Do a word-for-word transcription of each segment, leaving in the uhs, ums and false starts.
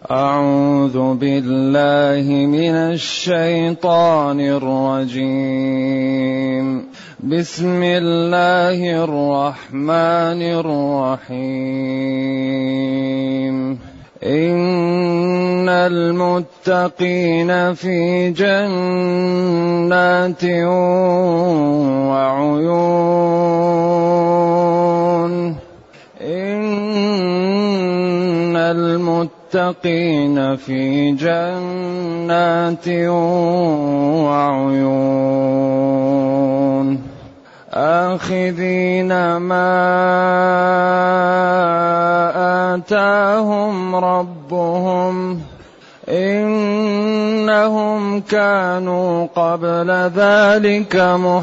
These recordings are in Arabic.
أعوذ بالله من الشيطان الرجيم. بسم الله الرحمن الرحيم. إن المتقين في جنات وعيون. إن المتقين في جنات وعيون آخذين ما آتاهم ربهم إنهم كانوا قبل ذلك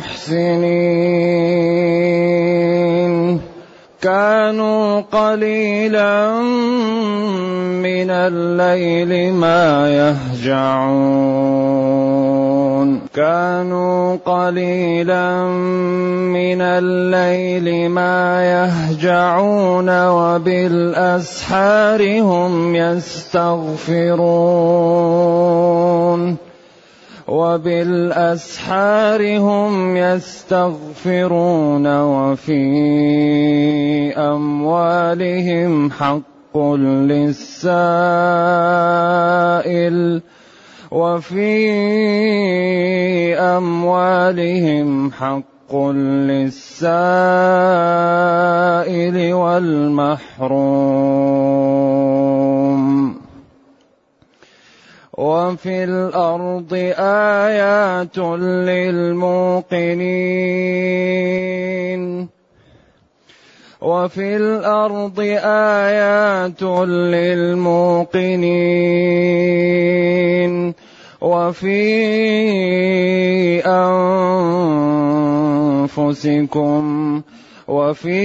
محسنين. كانوا قليلا من الليل ما يهجعون. كانوا قليلا من الليل ما يهجعون وبالأسحار هم يستغفرون. وبالأسحار هم يستغفرون وفي أموالهم حق للسائل وفي أموالهم حق للسائل والمحروم. وفي الأرض آيات للموقنين. وفي الأرض آيات للموقنين وفي أنفسكم وفي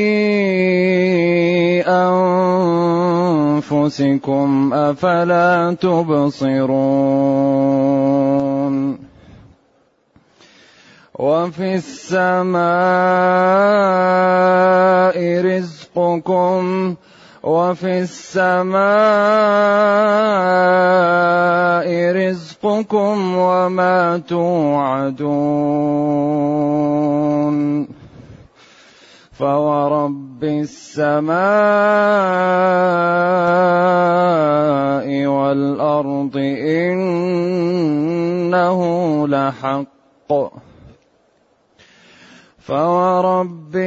أنفسكم أفلا تبصرون. وفي السماء رزقكم وفي السماء رزقكم وما توعدون. فورب السماء والأرض إنه لحق. فورب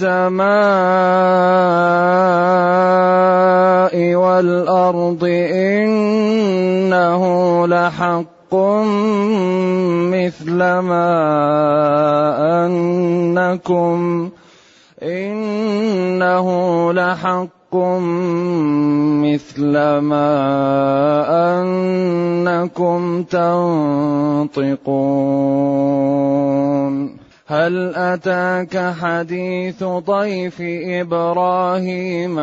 السماء والأرض إنه لحق مثل ما أنكم إنه لحق مثل ما أنكم تنطقون. هل أتاك حديث ضيف إبراهيم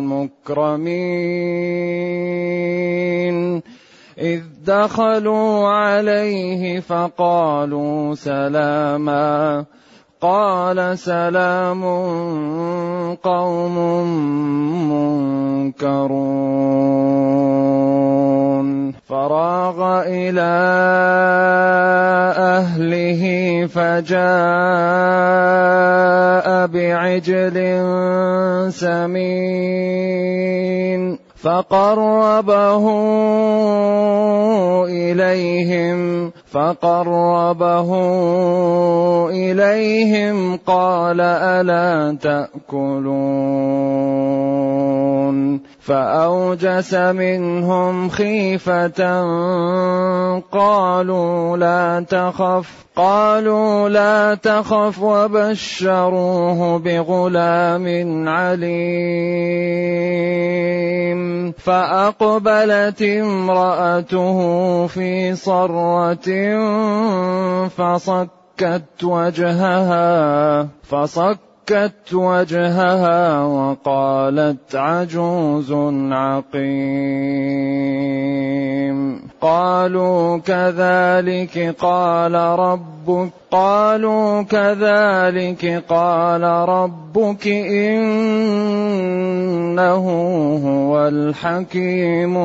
المكرمين إذ دخلوا عليه فقالوا سلاما قال سلام قوم منكرون. فراغ إلى أهله فجاء بعجل سمين فقربه إليهم فقربه إليهم قال ألا تأكلون. فأوجس منهم خيفة قالوا لا تخف قالوا لا تخف وبشروه بغلام عليم. فأقبلت امرأته في صرة فصكت وجهها فصكت وجهها وقالت عجوز عقيم. قالوا كذلك قال ربك قالوا كذلك قال ربك إنه هو الحكيم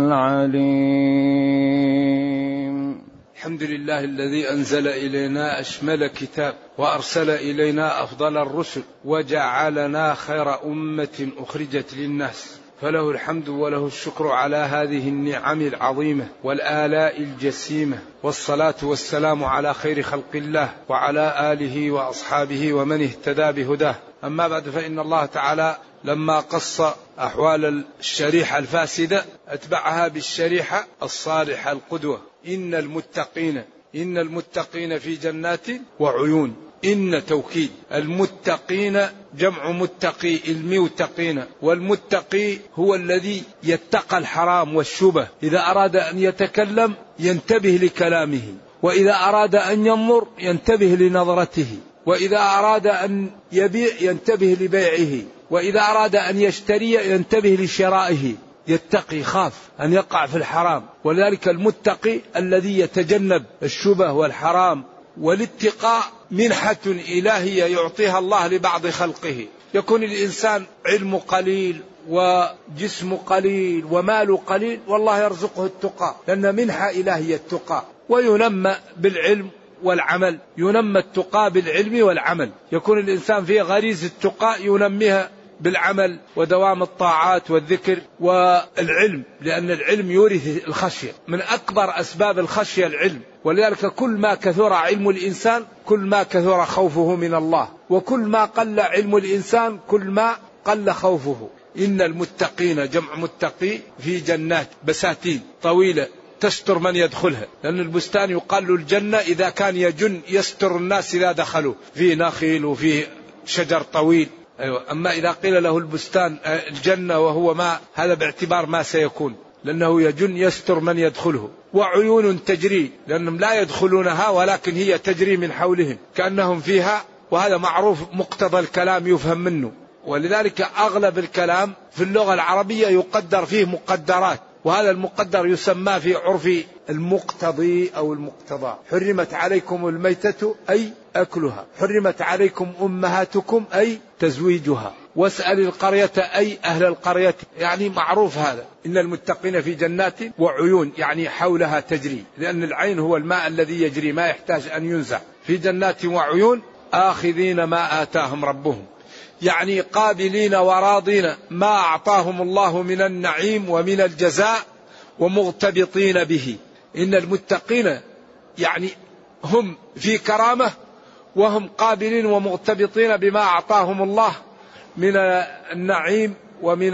العليم. الحمد لله الذي أنزل إلينا أشمل كتاب وأرسل إلينا أفضل الرسل وجعلنا خير أمة أخرجت للناس، فله الحمد وله الشكر على هذه النعم العظيمة والآلاء الجسيمة، والصلاة والسلام على خير خلق الله وعلى آله وأصحابه ومن اهتدى بهداه. أما بعد، فإن الله تعالى لما قص أحوال الشريحة الفاسدة أتبعها بالشريحة الصالحة القدوة. إن المتقين إن المتقين في جنات وعيون. إن توكيد، المتقين جمع متقي، المتقين، والمتقي هو الذي يتقى الحرام والشبه، إذا أراد أن يتكلم ينتبه لكلامه، وإذا أراد أن ينظر ينتبه لنظرته، وإذا أراد أن يبيع ينتبه لبيعه، وإذا أراد أن يشتري ينتبه لشرائه، يتقي، خاف أن يقع في الحرام. ولذلك المتقي الذي يتجنب الشبه والحرام. والاتقاء منحة إلهية يعطيها الله لبعض خلقه. يكون الإنسان علم قليل وجسم قليل ومال قليل، والله يرزقه التقى، لأن منحة إلهية التقى. وينمى بالعلم والعمل، ينمى التقى بالعلم والعمل. يكون الإنسان فيه غريزة التقى ينميها بالعمل ودوام الطاعات والذكر والعلم، لأن العلم يورث الخشية. من أكبر أسباب الخشية العلم، ولذلك كل ما كثر علم الإنسان كل ما كثر خوفه من الله، وكل ما قل علم الإنسان كل ما قل خوفه. إن المتقين جمع متقي في جنات، بساتين طويلة تستر من يدخلها، لأن البستان يقال له الجنة إذا كان يجن يستر الناس إذا دخلوا، فيه نخيل وفيه شجر طويل. أيوة. أما إذا قيل له البستان الجنة وهو ما، هذا باعتبار ما سيكون، لأنه يجن يستر من يدخله. وعيون تجري، لأنهم لا يدخلونها ولكن هي تجري من حولهم كأنهم فيها، وهذا معروف مقتضى الكلام يفهم منه. ولذلك أغلب الكلام في اللغة العربية يقدر فيه مقدرات، وهذا المقدر يسمى في عرف المقتضي أو المقتضى. حرمت عليكم الميتة أي أكلها، حرمت عليكم أمهاتكم أي تزويجها، واسأل القرية أي أهل القرية، يعني معروف هذا. إن المتقين في جنات وعيون، يعني حولها تجري، لأن العين هو الماء الذي يجري ما يحتاج أن ينزع. في جنات وعيون آخذين ما آتاهم ربهم، يعني قابلين وراضين ما أعطاهم الله من النعيم ومن الجزاء ومغتبطين به. إن المتقين يعني هم في كرامة، وهم قابلين ومغتبطين بما أعطاهم الله من النعيم ومن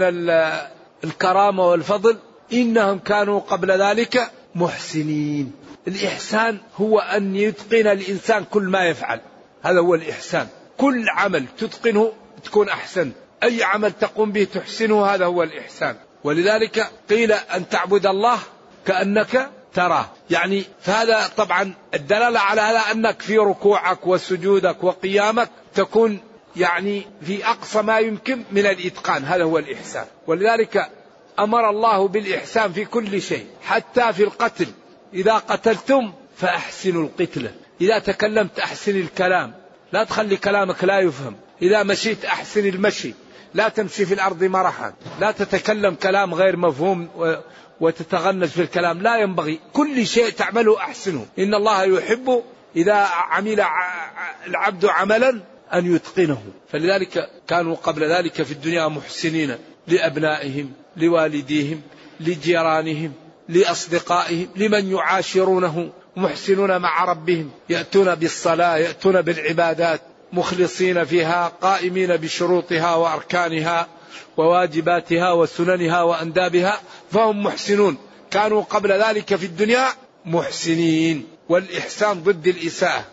الكرامة والفضل. إنهم كانوا قبل ذلك محسنين. الإحسان هو أن يتقن الإنسان كل ما يفعل، هذا هو الإحسان. كل عمل تتقنه تكون أحسن، أي عمل تقوم به تحسنه، هذا هو الإحسان. ولذلك قيل أن تعبد الله كأنك تراه، يعني فهذا طبعا الدلالة على هذا أنك في ركوعك وسجودك وقيامك تكون يعني في أقصى ما يمكن من الإتقان، هذا هو الإحسان. ولذلك أمر الله بالإحسان في كل شيء، حتى في القتل. إذا قتلتم فأحسنوا القتلة، إذا تكلمت أحسن الكلام، لا تخلي كلامك لا يفهم. إذا مشيت أحسن المشي، لا تمشي في الأرض مرحا، لا تتكلم كلام غير مفهوم وتتغنج في الكلام، لا ينبغي. كل شيء تعمله أحسنه. إن الله يحب إذا عمل العبد عملا أن يتقنه. فلذلك كانوا قبل ذلك في الدنيا محسنين لأبنائهم، لوالديهم، لجيرانهم، لأصدقائهم، لمن يعاشرونه، محسنون مع ربهم، يأتون بالصلاة، يأتون بالعبادات مخلصين فيها، قائمين بشروطها وأركانها وواجباتها وسننها وأندابها، فهم محسنون. كانوا قبل ذلك في الدنيا محسنين. والإحسان ضد الإساءة.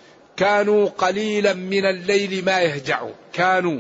كانوا قليلا من الليل ما يهجعون. كانوا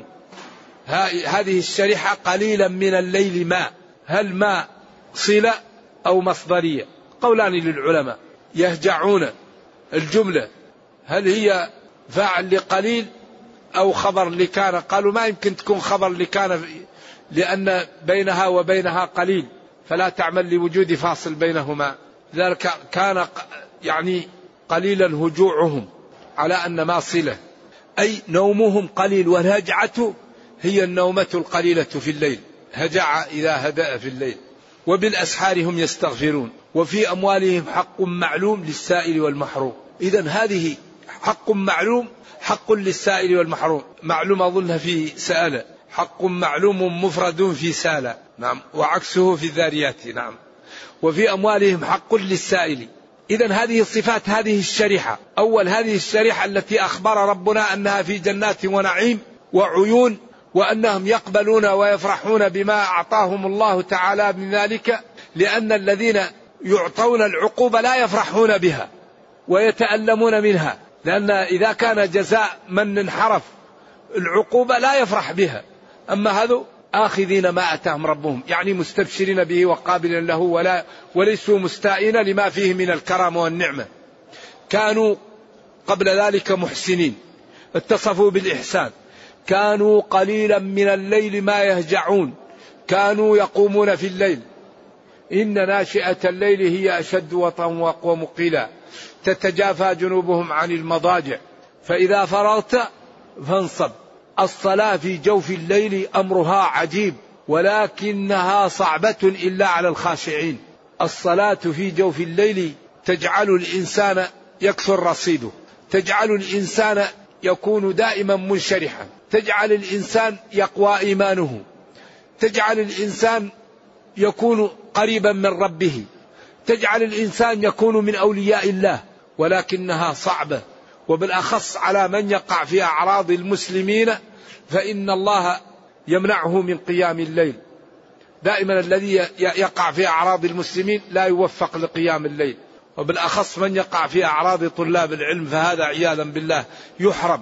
هذه الشريحة قليلا من الليل ما، هل ما صلة أو مصدرية؟ قولان للعلماء. يهجعون الجملة هل هي فاعل لقليل أو خبر لكان؟ قالوا ما يمكن تكون خبر لكان، لأن بينها وبينها قليل، فلا تعمل لوجود فاصل بينهما. ذلك كان يعني قليلا هجوعهم على أن ما صلة، أي نومهم قليل، والهجعة هي النومة القليلة في الليل، هجع إذا هدأ في الليل. وبالأسحار هم يستغفرون وفي أموالهم حق معلوم للسائل والمحروم. إذن هذه حق معلوم، حق للسائل والمحروم، معلوم أظنها في سأل، حق معلوم مفرد في سال، نعم، وعكسه في الذاريات، نعم. وفي أموالهم حق للسائل. إذن هذه الصفات، هذه الشريحة، أول هذه الشريحة التي أخبر ربنا أنها في جنات ونعيم وعيون، وأنهم يقبلون ويفرحون بما أعطاهم الله تعالى من ذلك، لأن الذين يعطون العقوبة لا يفرحون بها ويتألمون منها، لأن إذا كان جزاء من انحرف العقوبة لا يفرح بها، أما هذا آخذين ما أتاهم ربهم، يعني مستبشرين به وقابلين له، ولا وليسوا مستائين لما فيه من الكرامة والنعمة. كانوا قبل ذلك محسنين، اتصفوا بالإحسان، كانوا قليلا من الليل ما يهجعون، كانوا يقومون في الليل، إن ناشئة الليل هي أشد وطئا وأقوم قيلا، تتجافى جنوبهم عن المضاجع، فإذا فرغت فانصب. الصلاة في جوف الليل أمرها عجيب، ولكنها صعبة إلا على الخاشعين. الصلاة في جوف الليل تجعل الإنسان يكثر رصيده، تجعل الإنسان يكون دائما منشرحا، تجعل الإنسان يقوى إيمانه، تجعل الإنسان يكون قريبا من ربه، تجعل الإنسان يكون من أولياء الله، ولكنها صعبة، وبالأخص على من يقع في أعراض المسلمين، فإن الله يمنعه من قيام الليل. دائما الذي يقع في أعراض المسلمين لا يوفق لقيام الليل، وبالأخص من يقع في أعراض طلاب العلم، فهذا عياذا بالله يحرم،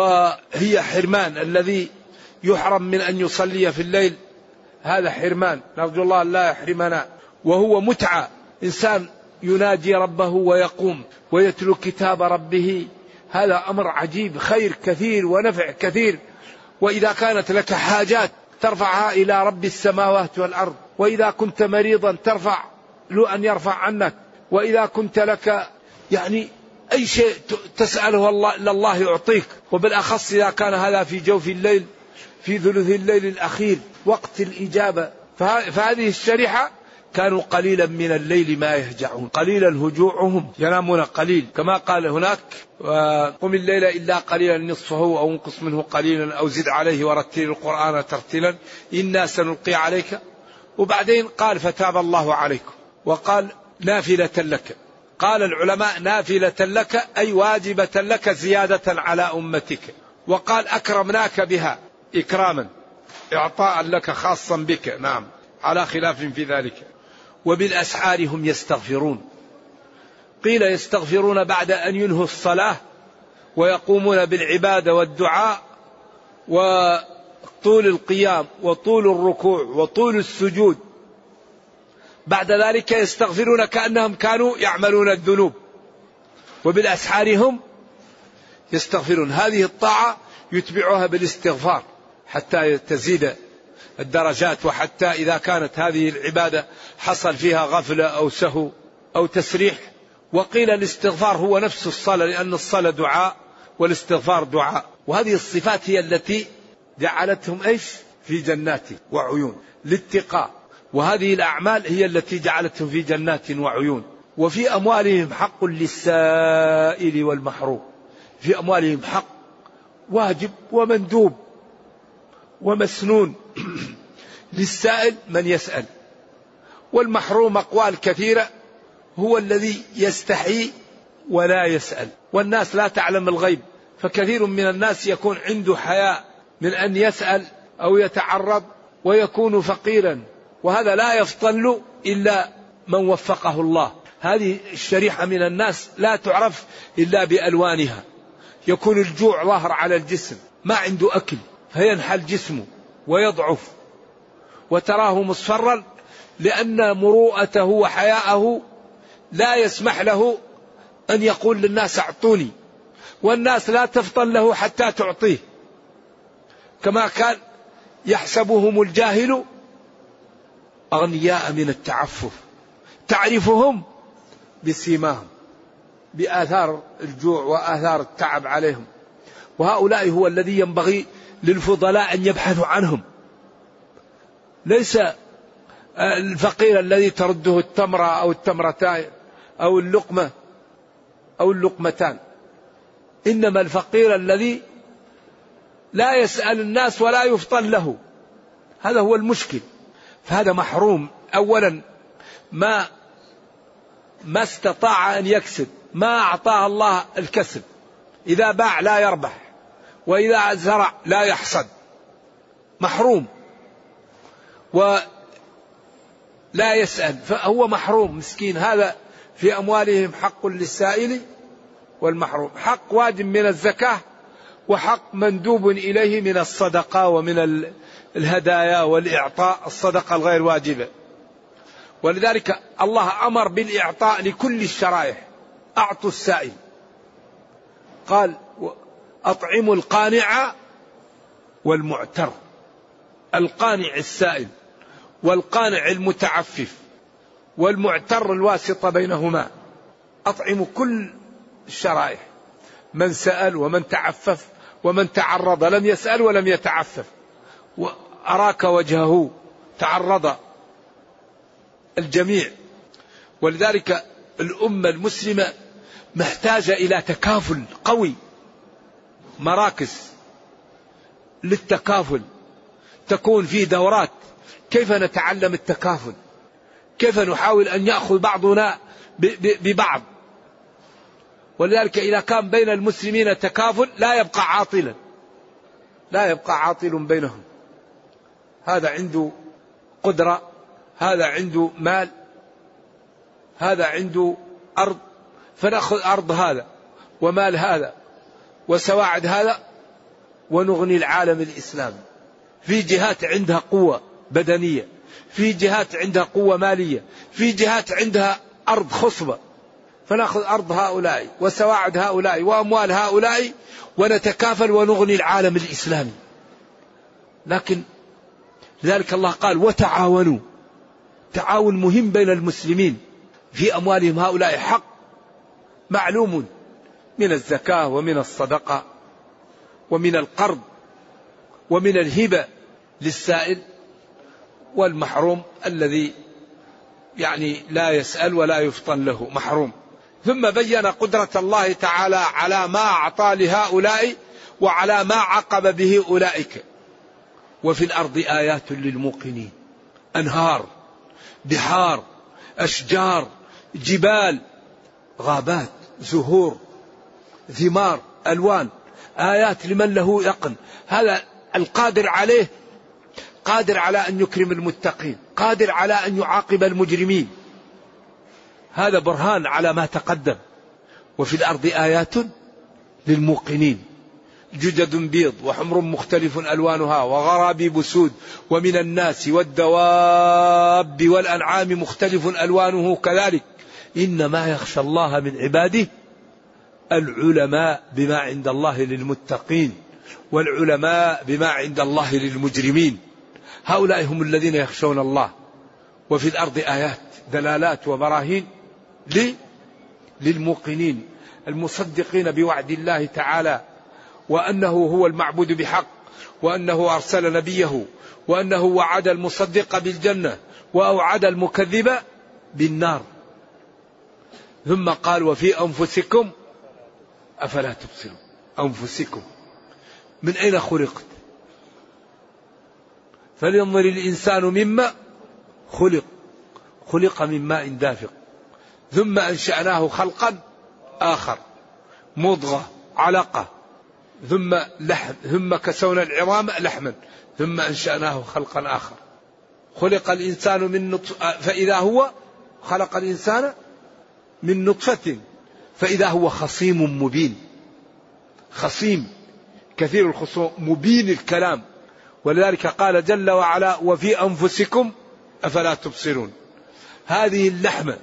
وهي حرمان. الذي يحرم من أن يصلي في الليل هذا حرمان، نرجو الله لا يحرمنا. وهو متعة، إنسان يناجي ربه ويقوم ويتلو كتاب ربه، هذا أمر عجيب، خير كثير ونفع كثير. وإذا كانت لك حاجات ترفعها إلى رب السماوات والأرض، وإذا كنت مريضا ترفع له أن يرفع عنك، وإذا كنت لك يعني أي شيء تسأله الله إلا الله يعطيك، وبالأخص إذا كان هذا في جوف الليل في ثلث الليل الأخير وقت الإجابة. فهذه الشريحة كانوا قليلا من الليل ما يهجعون، قليلا هجوعهم، ينامون قليل، كما قال هناك وقم الليل إلا قليلا نصفه أو انقص منه قليلا أو زد عليه ورتل القرآن ترتيلا إنا سنلقي عليك. وبعدين قال فتاب الله عليكم، وقال نافلة لك. قال العلماء نافلة لك أي واجبة لك زيادة على أمتك، وقال أكرمناك بها إكراما إعطاء لك خاصا بك، نعم، على خلاف في ذلك. وبالأسحار هم يستغفرون، قيل يستغفرون بعد أن ينهوا الصلاة ويقومون بالعبادة والدعاء وطول القيام وطول الركوع وطول السجود، بعد ذلك يستغفرون كأنهم كانوا يعملون الذنوب. وبالأسحار هم يستغفرون، هذه الطاعة يتبعها بالاستغفار حتى تزيد الدرجات، وحتى إذا كانت هذه العبادة حصل فيها غفلة أو سهو أو تسريح. وقيل الاستغفار هو نفس الصلاة، لأن الصلاة دعاء والاستغفار دعاء. وهذه الصفات هي التي جعلتهم ايش في جنات وعيون للاتقاء، وهذه الأعمال هي التي جعلتهم في جنات وعيون. وفي أموالهم حق للسائل والمحروم، في أموالهم حق واجب ومندوب ومسنون. للسائل من يسأل، والمحروم أقوال كثيرة، هو الذي يستحي ولا يسأل. والناس لا تعلم الغيب، فكثير من الناس يكون عنده حياء من أن يسأل أو يتعرض ويكون فقيرا، وهذا لا يفضل إلا من وفقه الله. هذه الشريحة من الناس لا تعرف إلا بألوانها، يكون الجوع ظاهر على الجسم، ما عنده أكل فينحل جسمه ويضعف، وتراه مصفرا لأن مروءته وحياءه لا يسمح له أن يقول للناس أعطوني، والناس لا تفطن له حتى تعطيه، كما كان يحسبهم الجاهل أغنياء من التعفف، تعرفهم بسيماهم، بآثار الجوع وآثار التعب عليهم. وهؤلاء هو الذي ينبغي للفضلاء أن يبحثوا عنهم، ليس الفقير الذي ترده التمرة أو التمرتان أو اللقمة أو اللقمتان، إنما الفقير الذي لا يسأل الناس ولا يفطن له، هذا هو المشكل. فهذا محروم. أولا ما ما استطاع أن يكسب، ما أعطاه الله الكسب، إذا باع لا يربح، وإذا زرع لا يحصد، محروم. ولا يسأل فهو محروم مسكين. هذا في أموالهم حق للسائل والمحروم، حق واجب من الزكاة، وحق مندوب إليه من الصدقة ومن الهدايا والإعطاء، الصدقة الغير واجبة. ولذلك الله أمر بالإعطاء لكل الشرائح، أعطوا السائل، قال أطعموا القانع والمعتر. القانع السائل، والقانع المتعفف، والمعتر الواسطة بينهما. أطعموا كل الشرائح، من سأل ومن تعفف ومن تعرض، لم يسأل ولم يتعفف، وأراك وجهه تعرض، الجميع. ولذلك الأمة المسلمة محتاجة إلى تكافل قوي، مراكز للتكافل تكون في دورات، كيف نتعلم التكافل، كيف نحاول أن يأخذ بعضنا ببعض. ولذلك إذا كان بين المسلمين تكافل لا يبقى عاطلا، لا يبقى عاطل بينهم، هذا عنده قدرة، هذا عنده مال، هذا عنده أرض، فنأخذ أرض هذا ومال هذا وسواعد هذا ونغني العالم الإسلامي. في جهات عندها قوة بدنية، في جهات عندها قوة مالية، في جهات عندها أرض خصبة، فنأخذ أرض هؤلاء وسواعد هؤلاء وأموال هؤلاء ونتكافل ونغني العالم الإسلامي. لكن لذلك الله قال وتعاونوا، تعاون مهم بين المسلمين في أموالهم. هؤلاء حق معلوم من الزكاة ومن الصدقة ومن القرض ومن الهبة للسائل والمحروم الذي يعني لا يسأل ولا يفطن له، محروم. ثم بين قدرة الله تعالى على ما أعطى لهؤلاء وعلى ما عقب به أولئك. وفي الأرض آيات للموقنين، أنهار، بحار، أشجار، جبال، غابات، زهور، ثمار، ألوان، آيات لمن له يقن. هذا القادر عليه قادر على أن يكرم المتقين، قادر على أن يعاقب المجرمين. هذا برهان على ما تقدم. وفي الأرض آيات للموقنين، جدد بيض وحمر مختلف ألوانها وغرابيب سود، ومن الناس والدواب والأنعام مختلف ألوانه كذلك، إنما يخشى الله من عباده العلماء بما عند الله للمتقين، والعلماء بما عند الله للمجرمين. هؤلاء هم الذين يخشون الله. وفي الأرض آيات، دلالات وبراهين للموقنين المصدقين بوعد الله تعالى، وأنه هو المعبود بحق، وأنه أرسل نبيه، وأنه وعد المصدق بالجنة وأوعد المكذب بالنار. ثم قال وفي أنفسكم أفلا تبصرون. أنفسكم، من أين خلقت؟ فلينظر الإنسان مما خلق، خلق من ماء دافق، ثم أنشأناه خلقا آخر، مضغة، علقة، ثم لحم، ثم كسونا العظام لحما، ثم أنشأناه خلقا آخر. خلق الإنسان من نطفة فإذا هو خلق الإنسان من نطفة فإذا هو خصيم مبين. خصيم كثير الخصوم، مبين الكلام. ولذلك قال جل وعلا وفي أنفسكم أفلا تبصرون. هذه اللحمة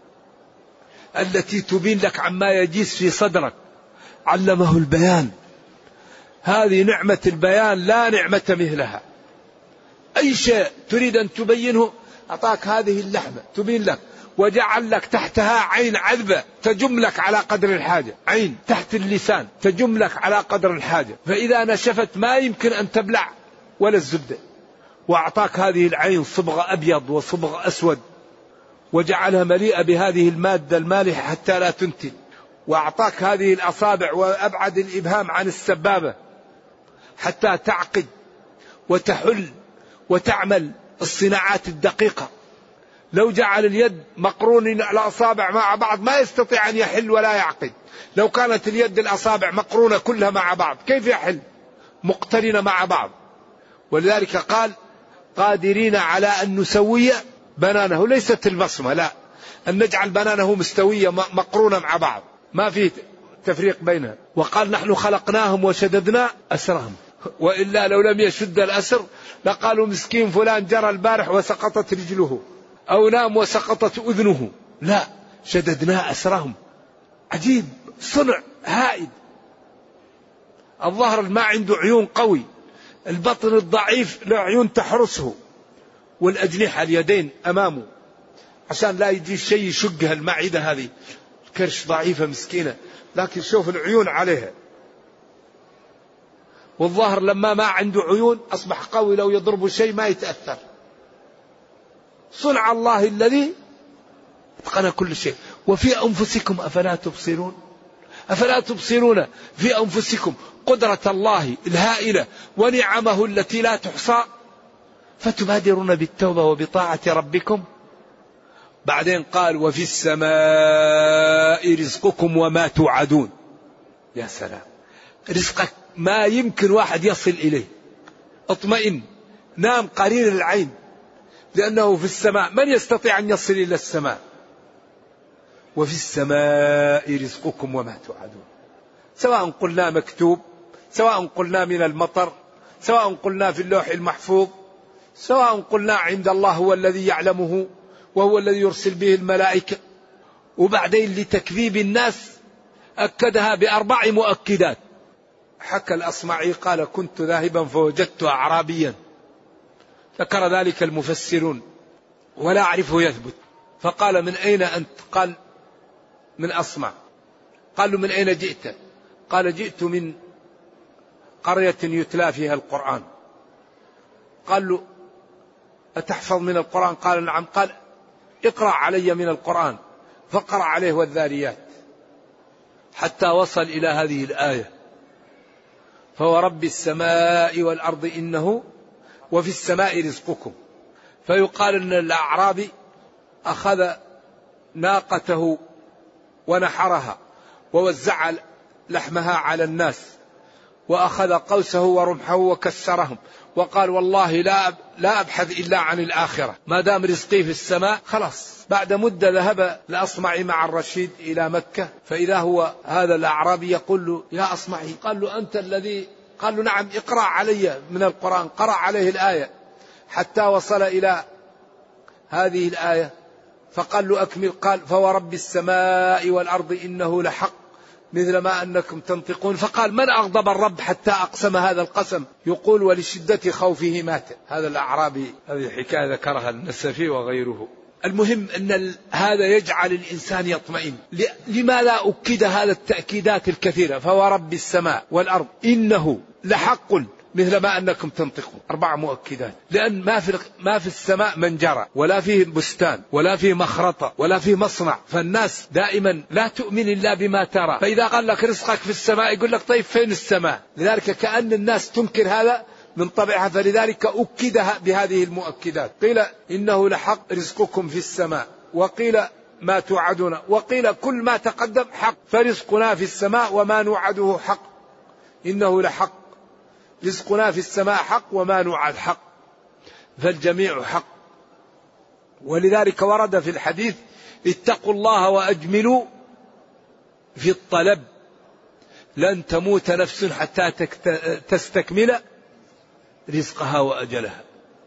التي تبين لك عما يجيس في صدرك، علمه البيان. هذه نعمة البيان لا نعمة مثلها. أي شيء تريد أن تبينه أعطاك هذه اللحمة تبين لك، وجعل لك تحتها عين عذبة تجملك على قدر الحاجة، عين تحت اللسان تجملك على قدر الحاجة، فإذا نشفت ما يمكن أن تبلع ولا الزبدة. وأعطاك هذه العين صبغة أبيض وصبغة أسود، وجعلها مليئة بهذه المادة المالحة حتى لا تنتن. وأعطاك هذه الأصابع وأبعد الإبهام عن السبابة حتى تعقد وتحل وتعمل الصناعات الدقيقة. لو جعل اليد مقرون الأصابع مع بعض ما يستطيع أن يحل ولا يعقد. لو كانت اليد الأصابع مقرونة كلها مع بعض كيف يحل؟ مقترنة مع بعض. ولذلك قال قادرين على أن نسوي بنانه، ليست البصمة، لا، أن نجعل بنانه مستوية مقرونة مع بعض ما في تفريق بينها. وقال نحن خلقناهم وشددنا أسرهم، وإلا لو لم يشد الأسر لقالوا مسكين فلان جرى البارح وسقطت رجله أو نام وسقطت أذنه. لا، شددنا أسرهم. عجيب، صنع هائل. الظهر ما عنده عيون قوي، البطن الضعيف له عيون تحرسه، والأجنحة اليدين أمامه عشان لا يجي شيء يشقها المعدة هذه، الكرش ضعيفة مسكينة، لكن شوف العيون عليها. والظهر لما ما عنده عيون أصبح قوي، لو يضرب شيء ما يتأثر. صنع الله الذي اتقن كل شيء. وفي أنفسكم أفلا تبصرون، أفلا تبصرون في أنفسكم قدرة الله الهائلة ونعمه التي لا تحصى، فتبادرون بالتوبة وبطاعة ربكم. بعدين قال وفي السماء رزقكم وما توعدون. يا سلام، رزقك ما يمكن واحد يصل إليه. اطمئن، نام قرير العين، لأنه في السماء، من يستطيع أن يصل إلى السماء؟ وفي السماء رزقكم وما توعدون. سواء قلنا مكتوب، سواء قلنا من المطر، سواء قلنا في اللوح المحفوظ، سواء قلنا عند الله هو الذي يعلمه وهو الذي يرسل به الملائكة. وبعدين لتكذيب الناس أكدها بأربع مؤكدات. حكى الأصمعي قال كنت ذاهبا فوجدت أعرابيا، ذكر ذلك المفسرون ولا أعرفه يثبت، فقال من أين أنت؟ قال من أصمع. قالوا من أين جئت؟ قال جئت من قرية يتلى فيها القرآن. قال له أتحفظ من القرآن؟ قال نعم. قال اقرأ علي من القرآن، فقرأ عليه والذاريات حتى وصل إلى هذه الآية فورب السماء والأرض إنه وفي السماء رزقكم. فيقال أن الأعرابي أخذ ناقته ونحرها ووزع لحمها على الناس، وأخذ قوسه ورمحه وكسرهم، وقال والله لا لا أبحث إلا عن الآخرة، ما دام رزقي في السماء خلاص. بعد مدة ذهب الأصمعي مع الرشيد إلى مكة، فإذا هو هذا الأعرابي يقول له يا أصمعي. قال له أنت الذي؟ قال له نعم. اقرأ علي من القرآن. قرأ عليه الآية حتى وصل إلى هذه الآية، فقال له أكمل. قال فورب السماء والأرض إنه لحق مثل ما أنكم تنطقون. فقال من أغضب الرب حتى أقسم هذا القسم؟ يقول ولشدة خوفه مات. هذا الأعرابي، هذه حكاية ذكرها النسفي وغيره. المهم أن هذا يجعل الإنسان يطمئن. لما لا أكد هذا التأكيدات الكثيرة؟ فورب السماء والأرض إنه لحق مثل ما أنكم تنطقون. أربع مؤكدات. لأن ما في ما في السماء منجرة، ولا فيه بستان، ولا فيه مخرطة، ولا فيه مصنع. فالناس دائما لا تؤمن إلا بما ترى. فإذا قال لك رزقك في السماء يقول لك طيب فين السماء؟ لذلك كأن الناس تنكر هذا من طبعها، فلذلك أكدها بهذه المؤكدات. قيل إنه لحق رزقكم في السماء، وقيل ما توعدون، وقيل كل ما تقدم حق. فرزقنا في السماء وما نوعده حق. إنه لحق رزقنا في السماء حق وما نوعد حق، فالجميع حق. ولذلك ورد في الحديث اتقوا الله وأجملوا في الطلب، لن تموت نفس حتى تستكمل رزقها وأجلها.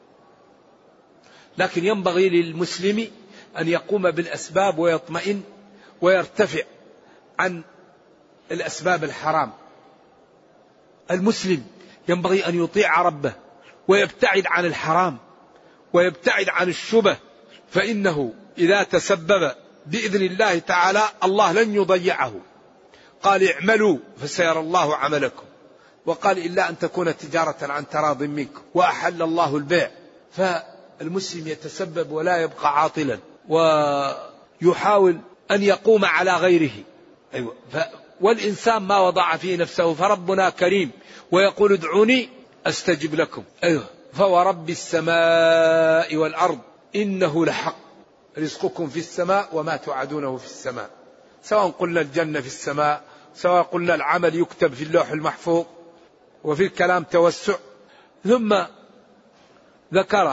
لكن ينبغي للمسلم أن يقوم بالأسباب ويطمئن ويرتفع عن الأسباب الحرام. المسلم ينبغي أن يطيع ربه ويبتعد عن الحرام ويبتعد عن الشبه، فإنه إذا تسبب بإذن الله تعالى الله لن يضيعه. قال اعملوا فسيرى الله عملكم، وقال إلا أن تكون تجارة عن تراض منكم، وأحل الله البيع. فالمسلم يتسبب ولا يبقى عاطلا، ويحاول أن يقوم على غيره. أيوة. والإنسان ما وضع فيه نفسه، فربنا كريم ويقول ادعوني أستجب لكم. أيوة. فورب السماء والأرض إنه لحق رزقكم في السماء وما توعدونه في السماء. سواء قلنا الجنة في السماء، سواء قلنا العمل يكتب في اللوح المحفوظ، وفي الكلام توسع. ثم ذكر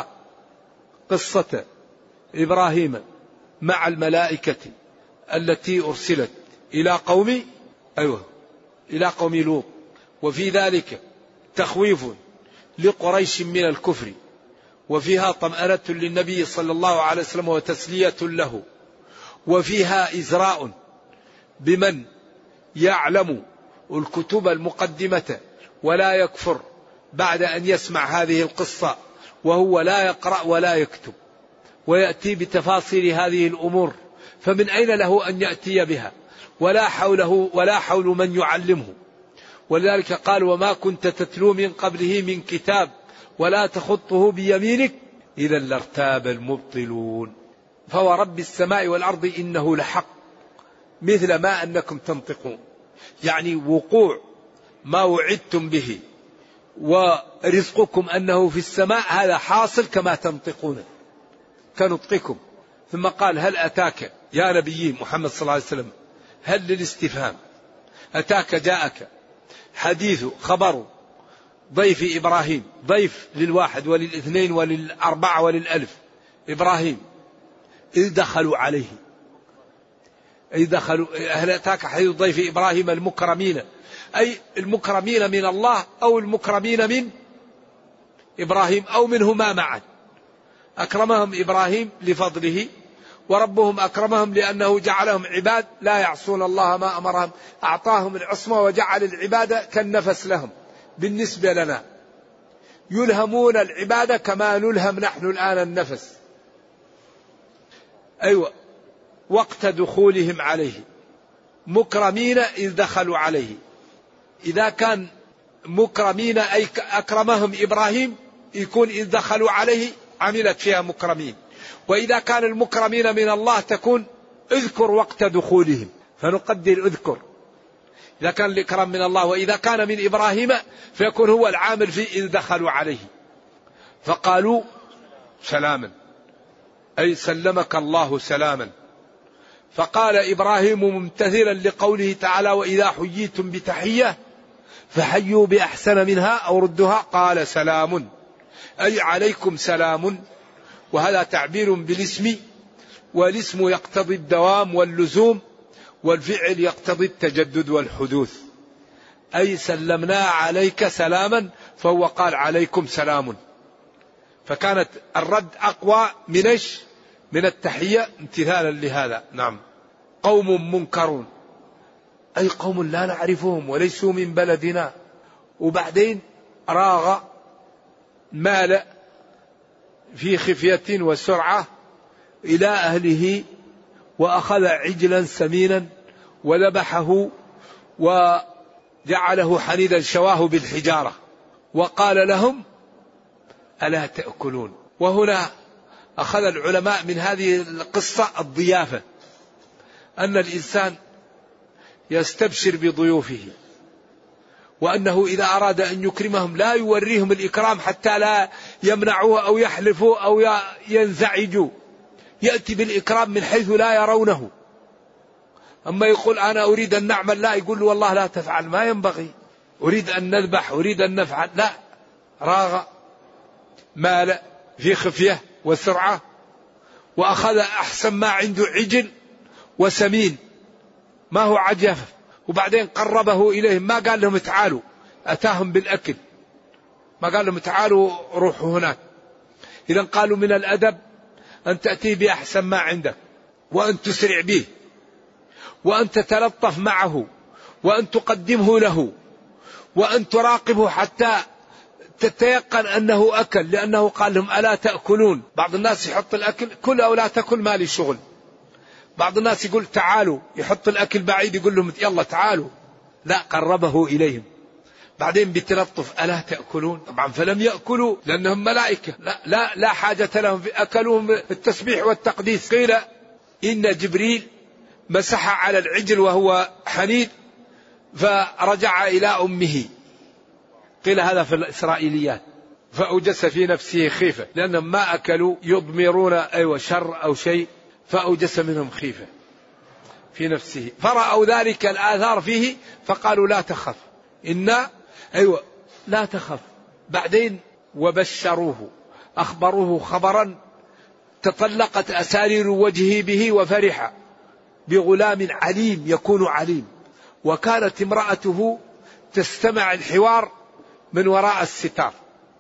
قصة إبراهيم مع الملائكة التي أرسلت إلى قوم أيوه إلى قوم لوط، وفي ذلك تخويف لقريش من الكفر، وفيها طمأنة للنبي صلى الله عليه وسلم وتسلية له، وفيها إزراء بمن يعلم الكتب المقدمة ولا يكفر بعد أن يسمع هذه القصة وهو لا يقرأ ولا يكتب، ويأتي بتفاصيل هذه الأمور، فمن أين له أن يأتي بها؟ ولا حوله ولا حول من يعلمه. ولذلك قال وما كنت تتلو من قبله من كتاب ولا تخطه بيمينك إذا لارتاب المبطلون. فورب السماء والأرض إنه لحق مثل ما أنكم تنطقون، يعني وقوع ما وعدتم به ورزقكم أنه في السماء هذا حاصل كما تنطقون كنطقكم. ثم قال هل أتاك يا نبي محمد صلى الله عليه وسلم، هل للاستفهام، أتاك جاءك حديث خبر ضيف إبراهيم، ضيف للواحد وللاثنين وللأربعة وللألف. إبراهيم إذ دخلوا عليه، إذ دخلوا هل أتاك حديث ضيف إبراهيم المكرمين، أي المكرمين من الله أو المكرمين من إبراهيم أو منهما معا. أكرمهم إبراهيم لفضله، وربهم أكرمهم لأنه جعلهم عباد لا يعصون الله ما أمرهم، أعطاهم العصمة وجعل العبادة كالنفس لهم بالنسبة لنا، يلهمون العبادة كما نلهم نحن الآن النفس. أيوة. وقت دخولهم عليه مكرمين إذ دخلوا عليه، إذا كان مكرمين أي أكرمهم إبراهيم يكون إذ دخلوا عليه عملت فيها مكرمين، وإذا كان المكرمين من الله تكون اذكر وقت دخولهم، فنقدر اذكر إذا كان الإكرام من الله، وإذا كان من إبراهيم فيكون هو العامل في إذ دخلوا عليه. فقالوا سلاما أي سلمك الله سلاما. فقال إبراهيم ممتثلا لقوله تعالى وإذا حييتم بتحية فحيوا بأحسن منها أو ردها، قال سلام أي عليكم سلام. وهذا تعبير بالاسم، والاسم يقتضي الدوام واللزوم، والفعل يقتضي التجدد والحدوث. أي سلمنا عليك سلاما، فهو قال عليكم سلام. فكانت الرد أقوى من إيش؟ من التحية امتثالا لهذا. نعم. قوم منكرون أي قوم لا نعرفهم وليسوا من بلدنا. وبعدين راغ مال في خفية وسرعة إلى أهله وأخذ عجلا سمينا وذبحه وجعله حنيدا شواه بالحجارة وقال لهم ألا تأكلون. وهنا أخذ العلماء من هذه القصة الضيافة، أن الإنسان يستبشر بضيوفه، وأنه إذا أراد أن يكرمهم لا يوريهم الإكرام حتى لا يمنعوه أو يحلفوا أو ينزعجوا، يأتي بالإكرام من حيث لا يرونه. أما يقول أنا أريد أن نعمل، لا يقول له والله لا تفعل، ما ينبغي، أريد أن نذبح، أريد أن نفعل، لا. راغ مال في خفية وسرعة وأخذ أحسن ما عنده عجل وسمين ما هو عجف، وبعدين قربه إليهم، ما قال لهم تعالوا، أتاهم بالأكل، ما قال لهم تعالوا روحوا هناك. إذا قالوا من الأدب أن تأتي بأحسن ما عندك، وأن تسرع به، وأن تتلطف معه، وأن تقدمه له، وأن تراقبه حتى تتيقن أنه أكل، لأنه قال لهم ألا تأكلون. بعض الناس يحط الأكل كل أو لا تأكل ما لي شغل. بعض الناس يقول تعالوا، يحط الأكل بعيد يقول لهم يلا تعالوا، لا قربه إليهم. بعدين بتلطف ألا تأكلون، طبعا فلم يأكلوا لأنهم ملائكة، لا, لا, لا حاجة لهم في أكلهم التسبيح والتقديس. قيل إن جبريل مسح على العجل وهو حنيد فرجع إلى أمه، قيل هذا في الإسرائيليات، فأوجس في نفسه خيفة لأنهم ما أكلوا يضمرون أيوة شر أو شيء، فأوجس منهم خيفة في نفسه، فرأوا ذلك الآثار فيه فقالوا لا تخف إنا أيوة لا تخف. بعدين وبشروه، أخبروه خبرا تطلقت أسارير وجهه به وفرح بغلام عليم يكون عليم. وكانت امرأته تستمع الحوار من وراء الستار،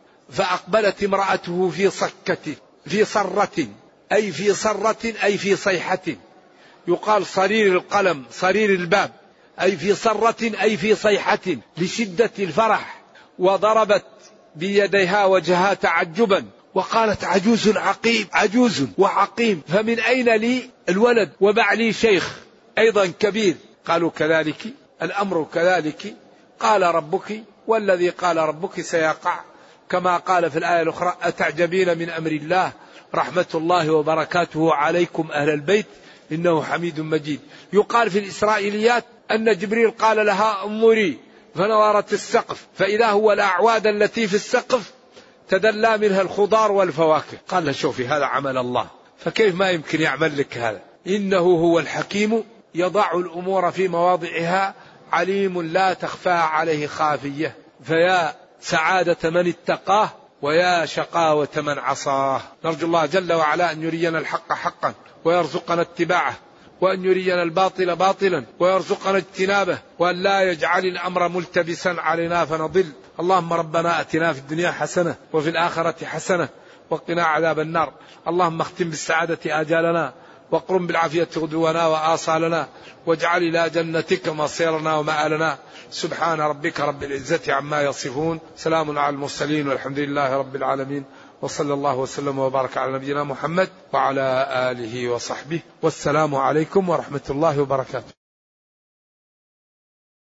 فأقبلت امرأته في صكة في صرة أي في صرة أي في صيحة، يقال صرير القلم صرير الباب، أي في صرة أي في صيحة لشدة الفرح، وضربت بيديها وجهها تعجبا وقالت عجوز عقيم، عجوز وعقيم فمن أين لي الولد وبعلي شيخ أيضا كبير. قالوا كذلك الأمر كذلك قال ربك والذي قال ربك سيقع، كما قال في الآية الأخرى أتعجبين من أمر الله رحمة الله وبركاته عليكم أهل البيت إنه حميد مجيد. يقال في الإسرائيليات أن جبريل قال لها انظري فنورت السقف فإذا هو الأعواد التي في السقف تدلى منها الخضار والفواكه. قال له شوفي هذا عمل الله، فكيف ما يمكن يعمل لك هذا؟ إنه هو الحكيم يضع الأمور في مواضعها، عليم لا تخفى عليه خافية. فيا سعادة من اتقاه ويا شقاوة من عصاه. نرجو الله جل وعلا أن يرينا الحق حقا ويرزقنا اتباعه، وأن يرينا الباطل باطلا ويرزقنا اجتنابه، وأن لا يجعل الأمر ملتبسا علينا فنضل. اللهم ربنا أتنا في الدنيا حسنة وفي الآخرة حسنة وقنا عذاب النار. اللهم اختم بالسعادة آجالنا واقرم بالعافية غدونا وآصالنا، واجعل إلى جنتك مصيرنا ومآلنا. سبحان ربك رب العزة عما يصفون، سلام على المرسلين والحمد لله رب العالمين، وصلى الله وسلم وبارك على نبينا محمد وعلى آله وصحبه، والسلام عليكم ورحمة الله وبركاته.